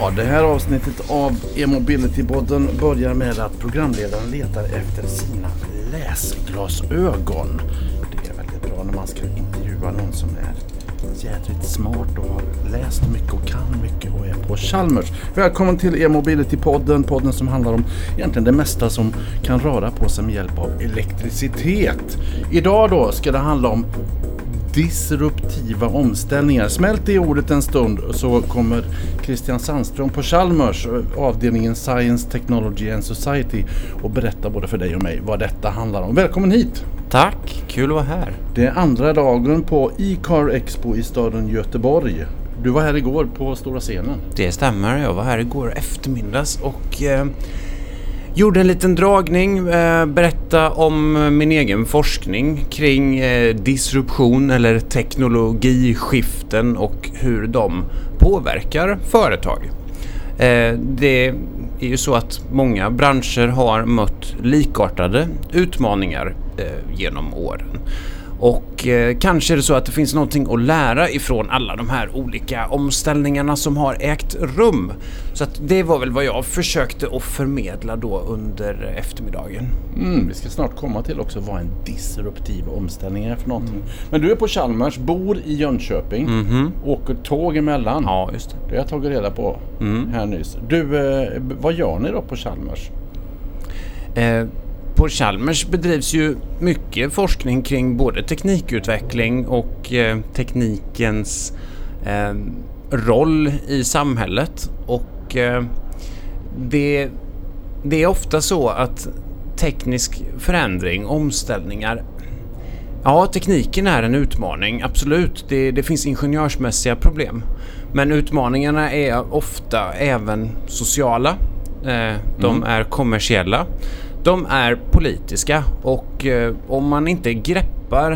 Ja, det här avsnittet av e-mobility-podden börjar med att programledaren letar efter sina läsglasögon. Det är väldigt bra när man ska intervjua någon som är jädrigt smart och har läst mycket och kan mycket och är på Chalmers. Välkommen till e-mobility-podden, podden som handlar om egentligen det mesta som kan röra på sig med hjälp av elektricitet. Idag då ska det handla om disruptiva omställningar. Smält i ordet en stund så kommer Christian Sandström på Chalmers, avdelningen Science, Technology and Society, och berätta både för dig och mig vad detta handlar om. Välkommen hit! Tack, kul att vara här. Det är andra dagen på e-car expo i staden Göteborg. Du var här igår på stora scenen. Det stämmer, jag var här igår eftermiddags och gjorde en liten dragning, berätta om min egen forskning kring disruption eller teknologiskiften och hur de påverkar företag. Det är ju så att många branscher har mött likartade utmaningar genom åren. Och kanske är det så att det finns någonting att lära ifrån alla de här olika omställningarna som har ägt rum. Så att det var väl vad jag försökte att förmedla då under eftermiddagen. Vi ska snart komma till också vad en disruptiv omställning är för någonting. Men du är på Chalmers, bor i Jönköping, åker tåg emellan. Ja, just det. Det har jag tagit reda på här nyss. Du, vad gör ni då på Chalmers? På Chalmers bedrivs ju mycket forskning kring både teknikutveckling och teknikens roll i samhället. Och det är ofta så att teknisk förändring, omställningar, ja, tekniken är en utmaning, absolut. Det finns ingenjörsmässiga problem. Men utmaningarna är ofta även sociala, de är kommersiella. De är politiska, och om man inte greppar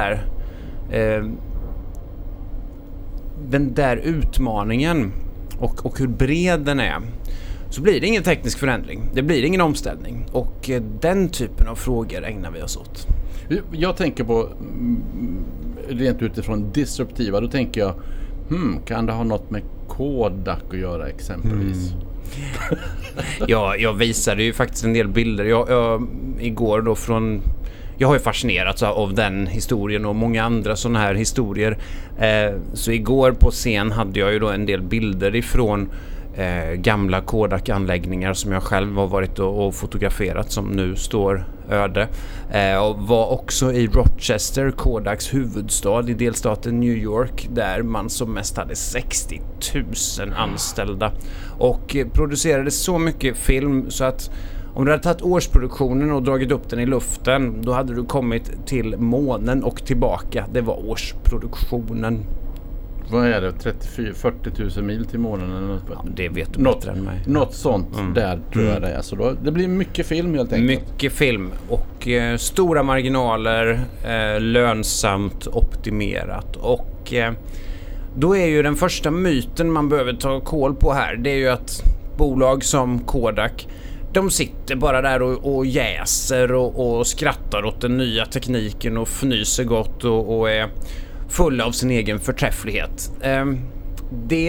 den där utmaningen och hur bred den är, så blir det ingen teknisk förändring. Det blir ingen omställning, och den typen av frågor ägnar vi oss åt. Jag tänker på, rent utifrån disruptiva, då tänker jag, kan det ha något med Kodak att göra exempelvis? Ja, jag visade ju faktiskt en del bilder. Jag igår då jag har ju fascinerats av den historien och många andra sådana här historier. Så igår på scen hade jag ju då en del bilder ifrån gamla Kodak-anläggningar som jag själv har varit och fotograferat, som nu står öde. Och var också i Rochester, Kodaks huvudstad i delstaten New York, där man som mest hade 60 000 anställda och producerade så mycket film så att om du hade tagit årsproduktionen och dragit upp den i luften, då hade du kommit till månen och tillbaka. Det var årsproduktionen. Vad är det? 30-40 000 mil till månen eller något? Ja, det vet du bättre än mig. Något sånt där tror jag det är. Så då, det blir mycket film helt enkelt. Mycket film och stora marginaler, lönsamt, optimerat. Och då är ju den första myten man behöver ta koll på här, det är ju att bolag som Kodak, de sitter bara där och jäser och skrattar åt den nya tekniken och fnyser gott och är full av sin egen förträfflighet. Det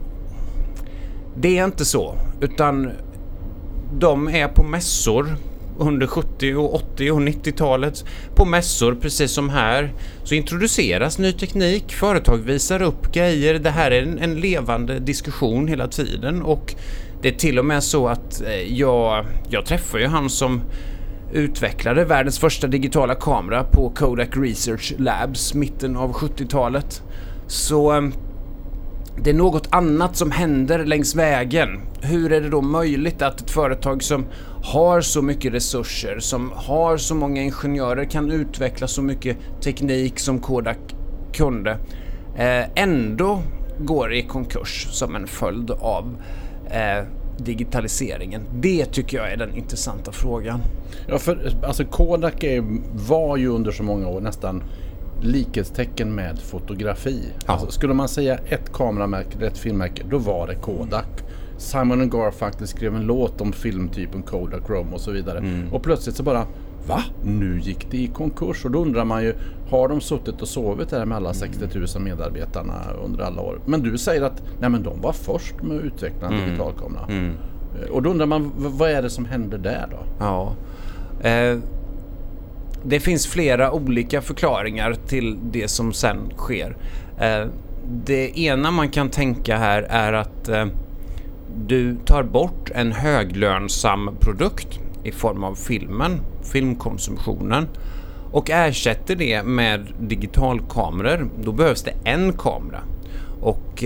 är inte så, utan de är på mässor under 70 och 80 och 90-talet. På mässor, precis som här, så introduceras ny teknik, företag visar upp grejer. Det här är en levande diskussion hela tiden, och det är till och med så att jag träffar ju han som utvecklade världens första digitala kamera på Kodak Research Labs mitten av 70-talet. Så det är något annat som händer längs vägen. Hur är det då möjligt att ett företag som har så mycket resurser, som har så många ingenjörer, kan utveckla så mycket teknik som Kodak kunde, ändå går i konkurs som en följd av digitaliseringen? Det tycker jag är den intressanta frågan. Ja, för alltså Kodak var ju under så många år nästan likhetstecken med fotografi. Ja. Alltså, skulle man säga ett kameramärke, ett filmmärke, då var det Kodak. Simon & Garfunkel skrev en låt om filmtypen Kodak Chrome och så vidare. Och plötsligt så bara va? Nu gick det i konkurs. Och då undrar man ju, har de suttit och sovit där med alla 60 000 medarbetarna under alla år? Men du säger att nej, men de var först med att utveckla en digitalkamera. Och då undrar man, vad är det som händer där då? Ja, det finns flera olika förklaringar till det som sen sker. Det ena man kan tänka här är att du tar bort en höglönsam produkt i form av filmkonsumtionen och ersätter det med digitalkameror. Då behövs det en kamera. Och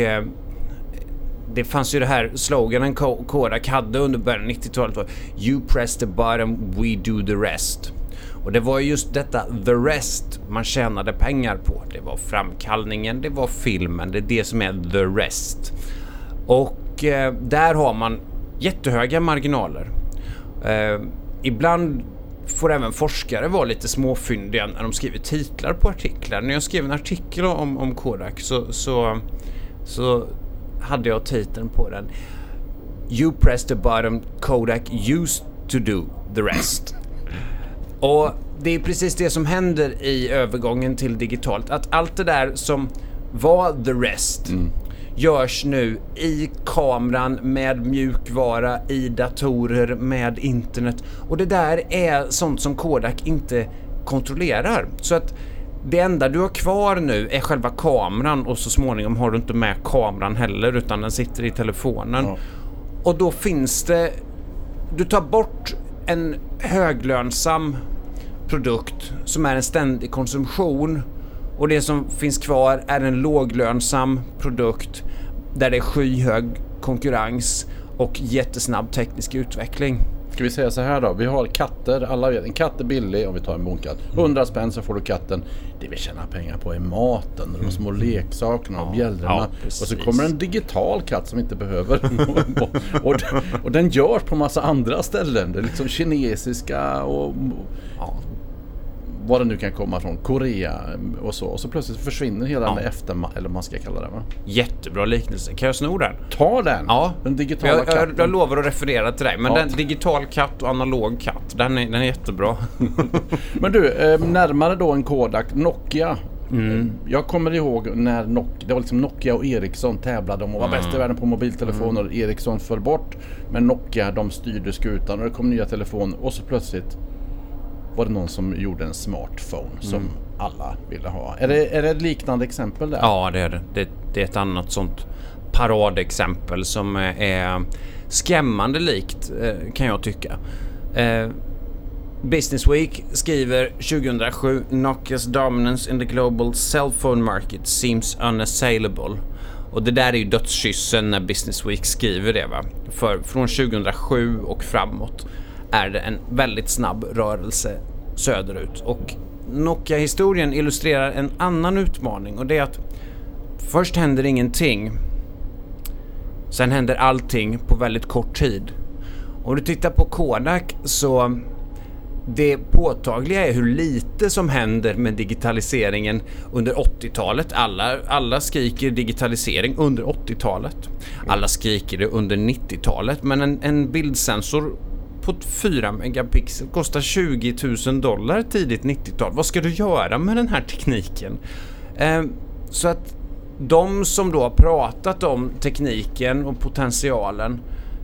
det fanns ju det här sloganen Kodak hade under början av 90-talet var You press the button, we do the rest. Och det var just detta the rest man tjänade pengar på. Det var framkallningen, det var filmen, det är det som är the rest. Och där har man jättehöga marginaler. Ibland får även forskare vara lite småfyndiga när de skriver titlar på artiklar. När jag skrev en artikel om Kodak så hade jag titeln på den You press the button, Kodak used to do the rest. Och det är precis det som händer i övergången till digitalt. Att allt det där som var the rest görs nu i kameran med mjukvara, i datorer, med internet. Och det där är sånt som Kodak inte kontrollerar. Så att det enda du har kvar nu är själva kameran och så småningom har du inte med kameran heller utan den sitter i telefonen. Ja. Och då finns det... Du tar bort en höglönsam produkt som är en ständig konsumtion och det som finns kvar är en låglönsam produkt där det är skyhög konkurrens och jättesnabb teknisk utveckling. Ska vi säga så här då, vi har katter, alla vet, en katt är billig om vi tar en bonkatt. 100 spänn så får du katten. Det vi tjänar pengar på är maten, de små leksakerna och bjällrorna. Ja, och så kommer en digital katt som inte behöver. och den görs på massa andra ställen. Det är liksom kinesiska och vad det nu kan komma från, Korea och så. Och så plötsligt försvinner hela den efter, eller man ska kalla det, va? Jättebra liknelse. Kan jag sno den? Ta den! Ja. Den digitala katten. Jag lovar att referera till dig. Men den digital katt och analog katt, den är jättebra. Men du, närmare då en Kodak, Nokia. Jag kommer ihåg när det var liksom Nokia och Ericsson tävlade om att vara bäst i världen på mobiltelefoner. Ericsson föll bort, men Nokia, de styrde skutan och det kom nya telefoner och så plötsligt var det någon som gjorde en smartphone som alla ville ha. Är det ett liknande exempel där? Ja, det är det. Det är ett annat sånt paradexempel som är skrämmande likt, kan jag tycka. Business Week skriver 2007 Nokias dominance in the global cell phone market seems unassailable. Och det där är ju dödskyssen när Business Week skriver det, va? För från 2007 och framåt är det en väldigt snabb rörelse söderut. Och Nokia-historien illustrerar en annan utmaning och det är att först händer ingenting. Sen händer allting på väldigt kort tid. Om du tittar på Kodak så det påtagliga är hur lite som händer med digitaliseringen under 80-talet. Alla skriker digitalisering under 80-talet. Alla skriker det under 90-talet. Men en bildsensor på 4 megapixel kostar $20,000 tidigt 90-tal. Vad ska du göra med den här tekniken? Så att de som då har pratat om tekniken och potentialen,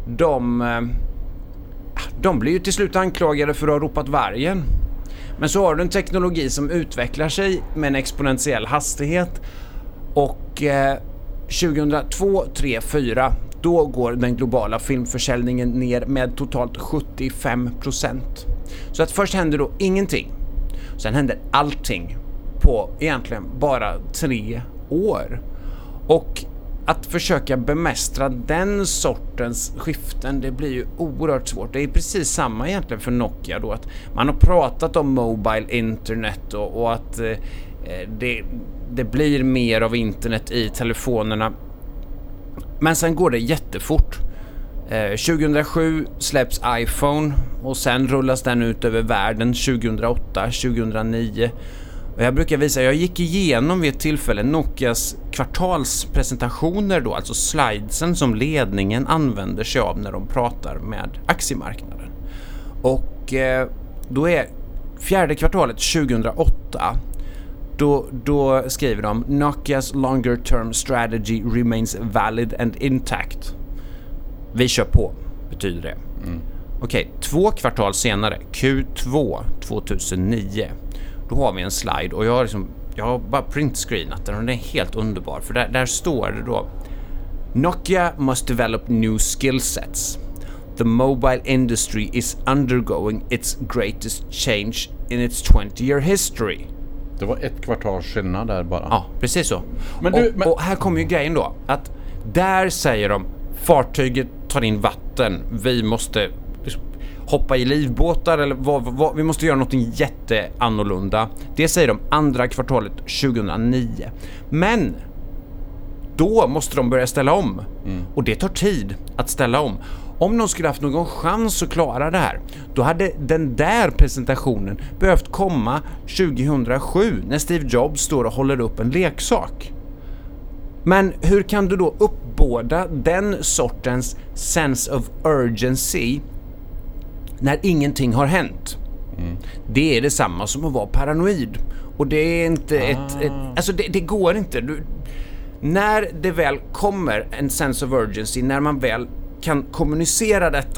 de blir ju till slut anklagade för att ha ropat vargen. Men så har du en teknologi som utvecklar sig med en exponentiell hastighet och 2002, 3, 4 då går den globala filmförsäljningen ner med totalt 75%. Så att först händer då ingenting. Sen händer allting på egentligen bara 3 år. Och att försöka bemästra den sortens skiften, det blir ju oerhört svårt. Det är precis samma egentligen för Nokia då, att man har pratat om mobile internet och att det blir mer av internet i telefonerna. Men sen går det jättefort. 2007 släpps iPhone och sen rullas den ut över världen 2008, 2009. Och jag brukar visa, jag gick igenom vid ett tillfälle Nokias kvartalspresentationer då, alltså slidesen som ledningen använder sig av när de pratar med aktiemarknaden. Och då är fjärde kvartalet 2008 då skriver de Nokia's longer term strategy remains valid and intact. Vi kör på, betyder det. Okej, 2 kvartal senare, Q2 2009, då har vi en slide och jag har bara printscreenat den och den är helt underbar. För där står det då Nokia must develop new skill sets. The mobile industry is undergoing its greatest change in its 20-year history. Det var 1 kvartal skillnad där bara. Ja, precis så. Men och här kommer ju grejen då, att där säger de fartyget tar in vatten, vi måste hoppa i livbåtar eller vi måste göra något jätteannorlunda. Det säger de andra kvartalet 2009. Men då måste de börja ställa om. Och det tar tid att ställa om. Om de skulle haft någon chans att klara det här, då hade den där presentationen behövt komma 2007 när Steve Jobs står och håller upp en leksak. Men hur kan du då uppbåda den sortens sense of urgency när ingenting har hänt? Det är detsamma som att vara paranoid. Och det är inte alltså det går inte. När det väl kommer en sense of urgency, när man väl kan kommunicera detta,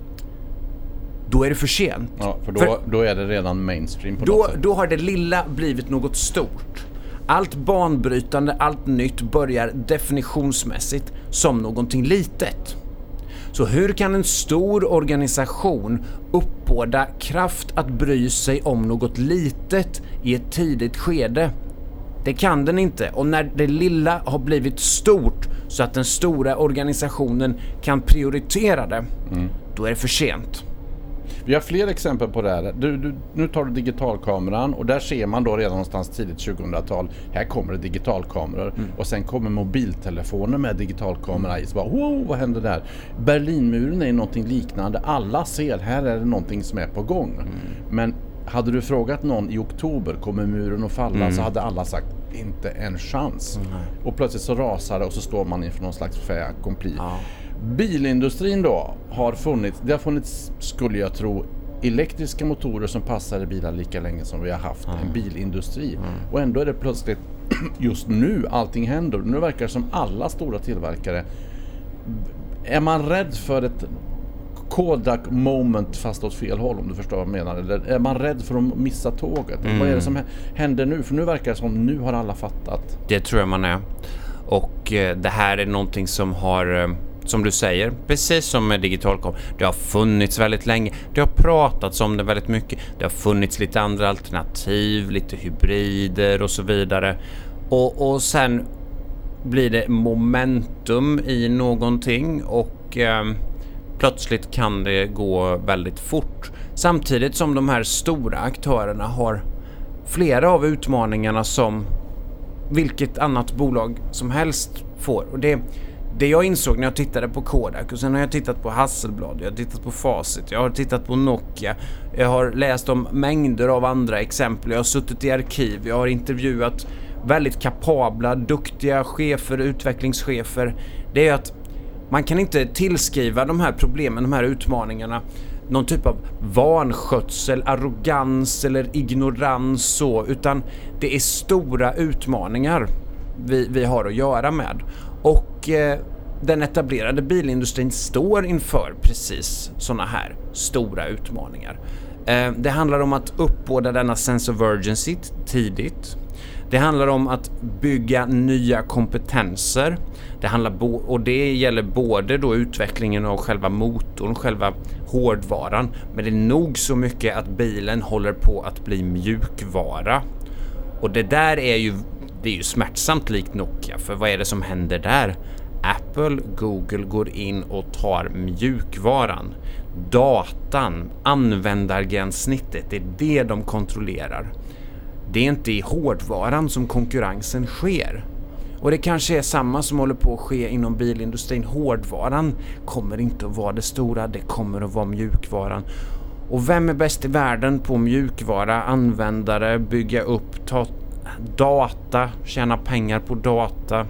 då är det för sent. Ja, för då är det redan mainstream på något sätt. Då har det lilla blivit något stort. Allt banbrytande, allt nytt börjar definitionsmässigt som någonting litet. Så hur kan en stor organisation uppbåda kraft att bry sig om något litet i ett tidigt skede? Det kan den inte. Och när det lilla har blivit stort så att den stora organisationen kan prioritera det, då är det för sent. Vi har fler exempel på det här. Nu tar du digitalkameran och där ser man då redan någonstans tidigt 2000-tal. Här kommer det digitalkameror och sen kommer mobiltelefoner med digitalkamera i. Så bara, wow, vad händer där? Berlinmuren är någonting liknande. Alla ser, här är det någonting som är på gång. Men hade du frågat någon i oktober, kommer muren att falla, så hade alla sagt, inte en chans. Och plötsligt så rasar det och så står man inför någon slags fait accompli. Bilindustrin då har funnits, skulle jag tro, elektriska motorer som passar i bilar lika länge som vi har haft en bilindustri. Och ändå är det plötsligt just nu allting händer. Nu verkar det som alla stora tillverkare, är man rädd för ett Kodak moment fast åt fel håll, om du förstår vad jag menar, eller är man rädd för att missa tåget? Vad är det som händer nu? För nu verkar det som nu har alla fattat. Det tror jag man är. Och det här är någonting som har, som du säger, precis som med digitalkom, det har funnits väldigt länge. Det har pratats om det väldigt mycket. Det har funnits lite andra alternativ, lite hybrider och så vidare. Och sen blir det momentum i någonting och plötsligt kan det gå väldigt fort. Samtidigt som de här stora aktörerna har flera av utmaningarna som vilket annat bolag som helst får. Och det jag insåg när jag tittade på Kodak, och sen har jag tittat på Hasselblad, jag har tittat på Facit, jag har tittat på Nokia, jag har läst om mängder av andra exempel, jag har suttit i arkiv, jag har intervjuat väldigt kapabla, duktiga chefer, utvecklingschefer. Det är att man kan inte tillskriva de här problemen, de här utmaningarna, någon typ av vanskötsel, arrogans eller ignorans så, utan det är stora utmaningar vi har att göra med. Och den etablerade bilindustrin står inför precis såna här stora utmaningar. Det handlar om att uppbåda denna sense of urgency tidigt. Det handlar om att bygga nya kompetenser. Och det gäller både då utvecklingen av själva motorn, själva hårdvaran, men det är nog så mycket att bilen håller på att bli mjukvara. Och det där är ju smärtsamt likt Nokia, för vad är det som händer där? Apple, Google går in och tar mjukvaran, datan, användargränssnittet, det är det de kontrollerar. Det är inte i hårdvaran som konkurrensen sker. Och det kanske är samma som håller på att ske inom bilindustrin. Hårdvaran kommer inte att vara det stora, det kommer att vara mjukvaran. Och vem är bäst i världen på mjukvara? Användare, bygga upp, ta data, tjäna pengar på data.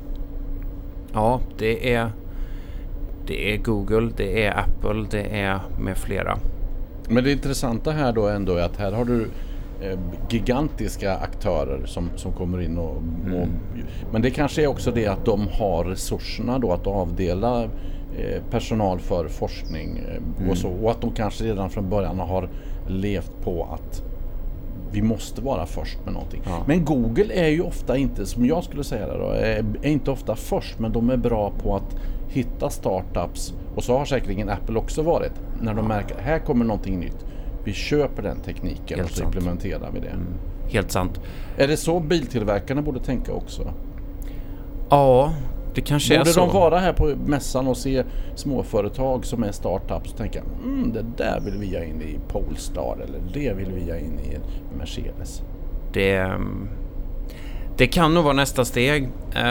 Ja, det är Google, det är Apple, det är med flera. Men det intressanta här då ändå är att här har du gigantiska aktörer som kommer in och men det kanske är också det att de har resurserna då att avdela personal för forskning och att de kanske redan från början har levt på att vi måste vara först med någonting. Ja. Men Google är ju ofta inte, som jag skulle säga det då, är inte ofta först, men de är bra på att hitta startups, och så har säkerligen Apple också varit, när de märker här kommer någonting nytt. Vi köper den tekniken. Helt och så implementerar vi det. Helt sant. Är det så biltillverkarna borde tänka också? Ja, det kanske är så. Borde de vara här på mässan och se småföretag som är startups och tänka det där vill vi ha in i Polestar, eller det vill vi ha in i Mercedes? Det kan nog vara nästa steg.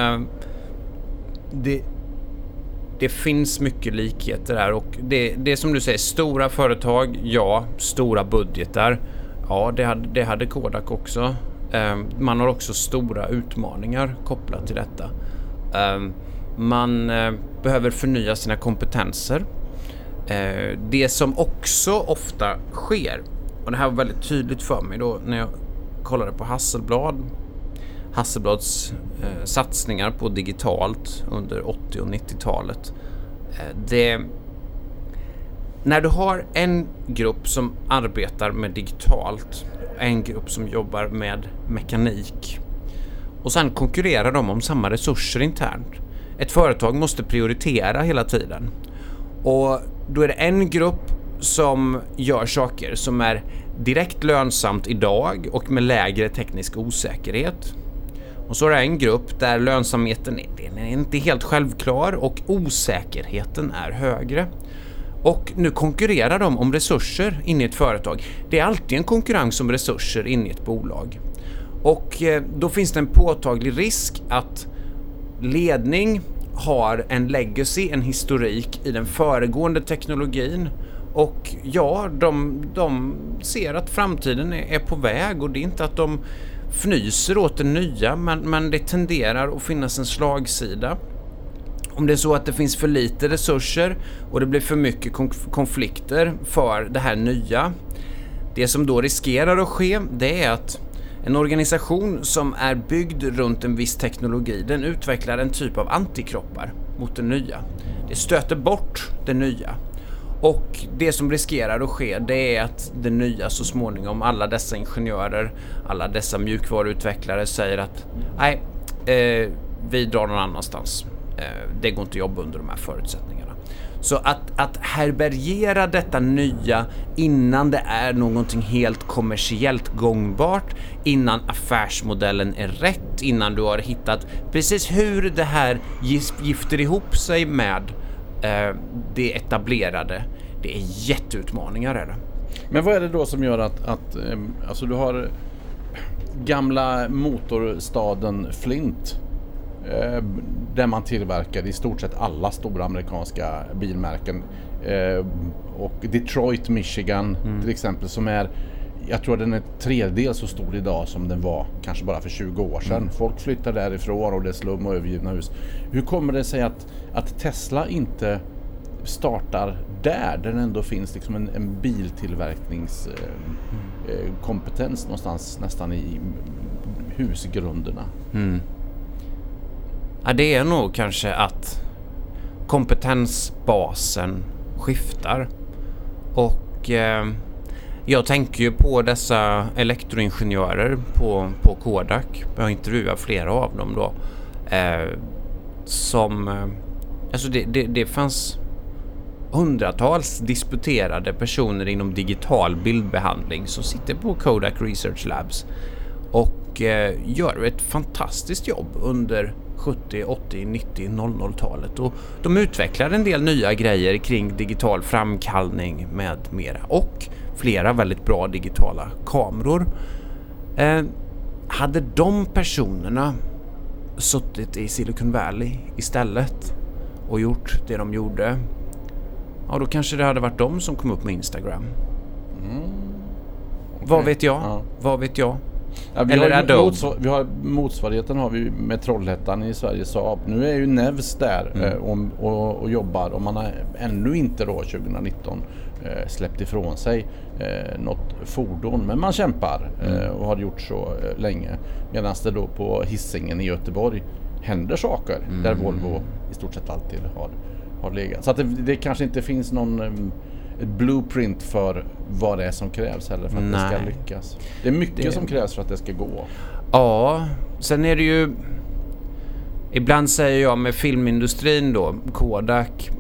Det finns mycket likheter där, och det som du säger, stora företag, ja, stora budgetar, ja, det hade Kodak också. Man har också stora utmaningar kopplat till detta. Man behöver förnya sina kompetenser. Det som också ofta sker, och det här var väldigt tydligt för mig då när jag kollade på Hasselblads satsningar på digitalt under 80- och 90-talet. När du har en grupp som arbetar med digitalt, en grupp som jobbar med mekanik, och sen konkurrerar de om samma resurser internt. Ett företag måste prioritera hela tiden. Och då är det en grupp som gör saker som är direkt lönsamt idag och med lägre teknisk osäkerhet. Och så är det en grupp där lönsamheten är inte helt självklar och osäkerheten är högre. Och nu konkurrerar de om resurser in i ett företag. Det är alltid en konkurrens om resurser in i ett bolag. Och då finns det en påtaglig risk att ledning har en legacy, en historik i den föregående teknologin. Och ja, de ser att framtiden är på väg, och det är inte att de fnyser åt det nya, men det tenderar att finnas en slagsida. Om det är så att det finns för lite resurser och det blir för mycket konflikter för det här nya, det som då riskerar att ske, det är att en organisation som är byggd runt en viss teknologi, den utvecklar en typ av antikroppar mot det nya. Det stöter bort det nya. Och det som riskerar att ske, det är att det nya så småningom, alla dessa ingenjörer, alla dessa mjukvaruutvecklare säger att nej, vi drar någon annanstans. Det går inte att jobba under de här förutsättningarna. Så att härbärgera detta nya innan det är någonting helt kommersiellt gångbart, innan affärsmodellen är rätt, innan du har hittat precis hur det här gifter ihop sig med det etablerade, det är jätteutmaningar är det. Men vad är det då som gör att alltså du har gamla motorstaden Flint där man tillverkar i stort sett alla stora amerikanska bilmärken, och Detroit, Michigan till exempel, som är, jag tror den är tredjedels så stor idag som den var kanske bara för 20 år sedan. Folk flyttar därifrån och det är slum och övergivna hus. Hur kommer det sig att Tesla inte startar där det ändå finns liksom en biltillverkningskompetens någonstans nästan i husgrunderna? Ja, det är nog kanske att kompetensbasen skiftar. Och jag tänker ju på dessa elektroingenjörer på Kodak. Jag har intervjuat flera av dem då. Alltså det fanns hundratals disputerade personer inom digital bildbehandling som sitter på Kodak Research Labs och gör ett fantastiskt jobb under 70, 80, 90, 00-talet. Och de utvecklar en del nya grejer kring digital framkallning med mera. Och flera väldigt bra digitala kameror. Hade de personerna suttit i Silicon Valley istället och gjort det de gjorde, ja, då kanske det hade varit de som kom upp med Instagram. Vad vet jag? Ja. Vad vet jag? Ja, Eller Adobe. Vi har motsvarigheten har vi med Trollhättan i Sverige, Saab. Nu är ju Nevs där och jobbar, och man har ännu inte då 2019 släppt ifrån sig något fordon, men man kämpar och har gjort så länge, medan det då på Hisingen i Göteborg händer saker där Volvo i stort sett alltid har legat. Så att det kanske inte finns någon ett blueprint för vad det är som krävs heller för att det ska lyckas. Det är mycket som krävs för att det ska gå. Ja, sen är det ju ibland säger jag med filmindustrin då, Kodak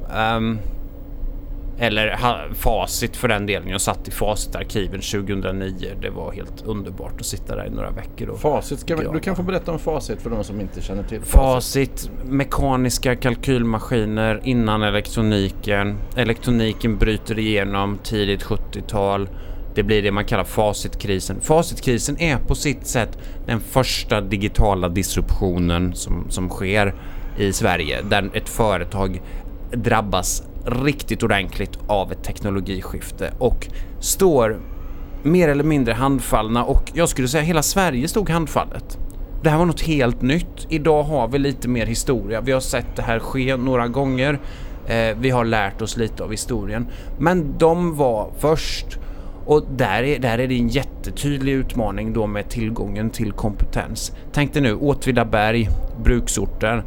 eller Facit för den delen. Jag satt i Facit-arkiven 2009. Det var helt underbart att sitta där i några veckor. Och Facit, du kan få berätta om Facit för de som inte känner till Facit, mekaniska kalkylmaskiner innan elektroniken. Elektroniken bryter igenom tidigt 70-tal. Det blir det man kallar Facitkrisen. Facitkrisen är på sitt sätt den första digitala disruptionen som sker i Sverige. Där ett företag drabbas riktigt ordentligt av ett teknologiskifte och står mer eller mindre handfallna, och jag skulle säga hela Sverige stod handfallet. Det här var något helt nytt. Idag har vi lite mer historia. Vi har sett det här ske några gånger. Vi har lärt oss lite av historien. Men de var först, och där är det en jättetydlig utmaning då med tillgången till kompetens. Tänk dig nu, Åtvidaberg, bruksorter.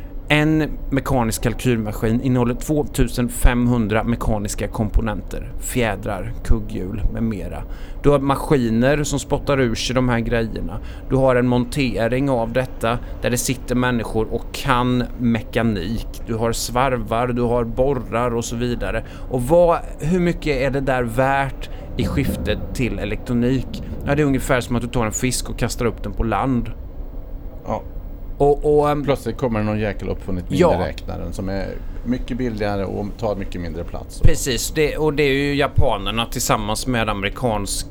En mekanisk kalkylmaskin innehåller 2500 mekaniska komponenter, fjädrar, kugghjul med mera. Du har maskiner som spottar ur sig de här grejerna. Du har en montering av detta där det sitter människor och kan mekanik. Du har svarvar, du har borrar och så vidare. Och hur mycket är det där värt i skiftet till elektronik? Ja, det är ungefär som att du tar en fisk och kastar upp den på land. Ja. Och plötsligt kommer någon jäkel uppfunnit miniräknaren som är mycket billigare och tar mycket mindre plats. Precis, det är ju japanerna tillsammans med amerikansk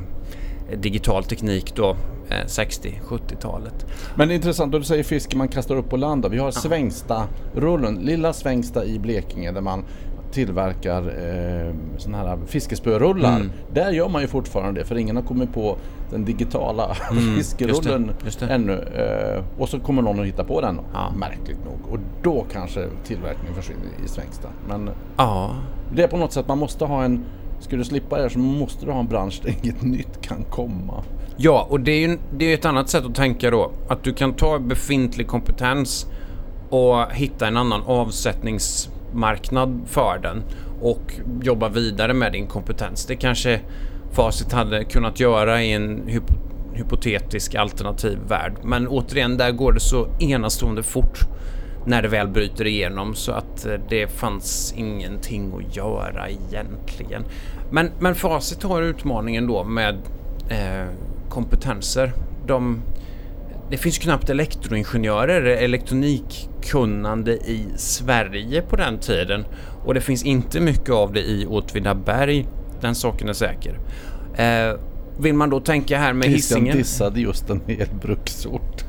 digital teknik då, 60-70-talet. Men det är intressant, då du säger fisk man kastar upp på land. Vi har Svängsta-rullen, lilla Svängsta i Blekinge, där man tillverkar såna här fiskespörullar. Där gör man ju fortfarande det, för ingen har kommit på den digitala fiskerullen just det. ännu. Och så kommer någon att hitta på den, märkligt nog. Och då kanske tillverkningen försvinner i Svängsta. Men det är på något sätt, man måste ha ska du slippa det här så måste du ha en bransch där inget nytt kan komma. Ja, och det är ju ett annat sätt att tänka då. Att du kan ta befintlig kompetens och hitta en annan avsättningsmarknad för den och jobba vidare med din kompetens. Det kanske Facit hade kunnat göra i en hypotetisk alternativ värld. Men återigen, där går det så enastående fort när det väl bryter igenom, så att det fanns ingenting att göra egentligen. Men Facit har utmaningen då med kompetenser. Det finns knappt elektroingenjörer, elektronikkunnande i Sverige på den tiden. Och det finns inte mycket av det i Åtvidaberg, den saken är säker. Vill man då tänka här med Hisingen? Christian dissade just en hel bruksort.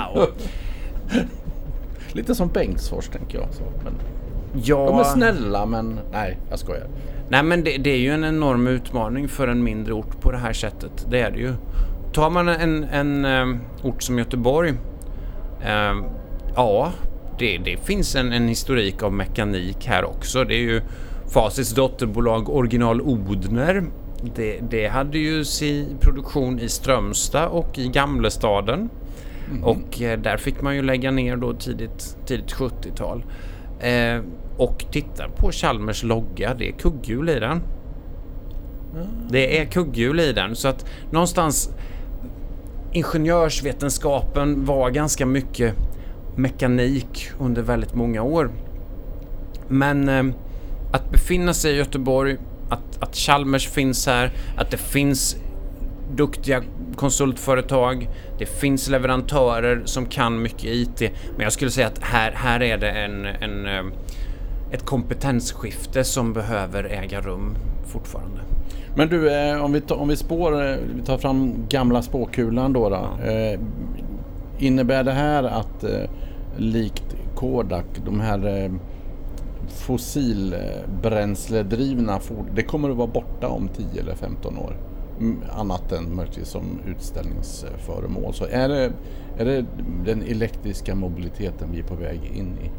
Lite som Bengtsfors tänker jag. Men de är snälla, men nej, jag skojar. Nej, men det är ju en enorm utmaning för en mindre ort på det här sättet. Det är det ju. Tar man en ort som Göteborg, det finns en historik av mekanik här också. Det är ju Facits dotterbolag Original Odhner. Det hade ju sin produktion i Strömstad och i Gamlestaden. Och där fick man ju lägga ner då tidigt 70-tal. Och titta på Chalmers logga, det är kugghjul i den. Det är kugghjul i den, så att någonstans ingenjörsvetenskapen var ganska mycket mekanik under väldigt många år. Men att befinna sig i Göteborg, att Chalmers finns här, att det finns duktiga konsultföretag, det finns leverantörer som kan mycket IT, men jag skulle säga att här är det ett kompetensskifte som behöver äga rum fortfarande. Men du, om vi tar fram gamla spåkulan då. Innebär det här att likt Kodak, de här fossilbränsledrivna det kommer att vara borta om 10 eller 15 år? annat än möjligtvis som utställningsföremål. Så är det den elektriska mobiliteten vi är på väg in i?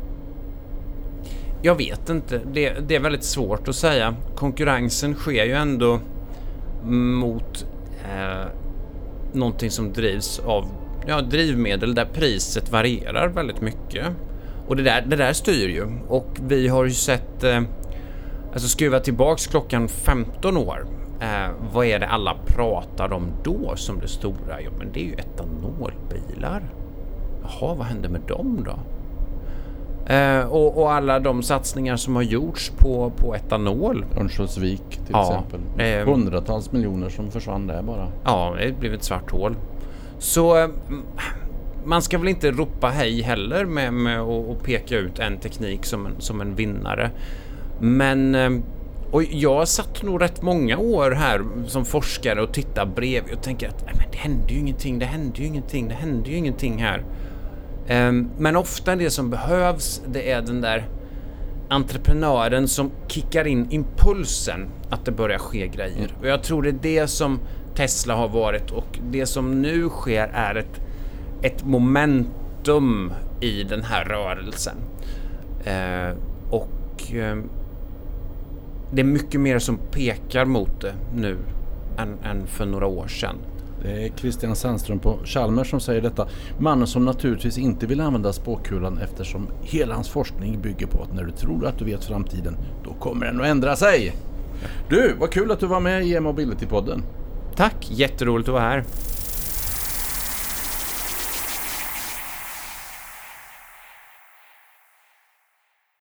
Jag vet inte. Det är väldigt svårt att säga. Konkurrensen sker ju ändå mot någonting som drivs av drivmedel där priset varierar väldigt mycket. Och det där styr ju. Och vi har ju sett, skruva tillbaks klockan 15 år. Vad är det alla pratar om då som det stora? Jo, men det är ju etanolbilar. Jaha, vad händer med dem då? Och alla de satsningar som har gjorts på etanol. Örnsköldsvik till exempel. Hundratals miljoner som försvann där bara. Ja, det blev ett svart hål. Så man ska väl inte ropa hej heller med att peka ut en teknik som en vinnare. Men och jag satt nog rätt många år här som forskare och tittade bredvid och tänkte att men det händer ju ingenting här. Men ofta det som behövs, det är den där entreprenören som kickar in impulsen att det börjar ske grejer. Och jag tror det är det som Tesla har varit, och det som nu sker är ett momentum i den här rörelsen. Det är mycket mer som pekar mot det nu än för några år sedan. Det är Christian Sandström på Chalmers som säger detta. Mannen som naturligtvis inte vill använda spåkulan, eftersom hela hans forskning bygger på att när du tror att du vet framtiden, då kommer den att ändra sig. Du, vad kul att du var med i E-mobility-podden. Tack, jätteroligt att vara här.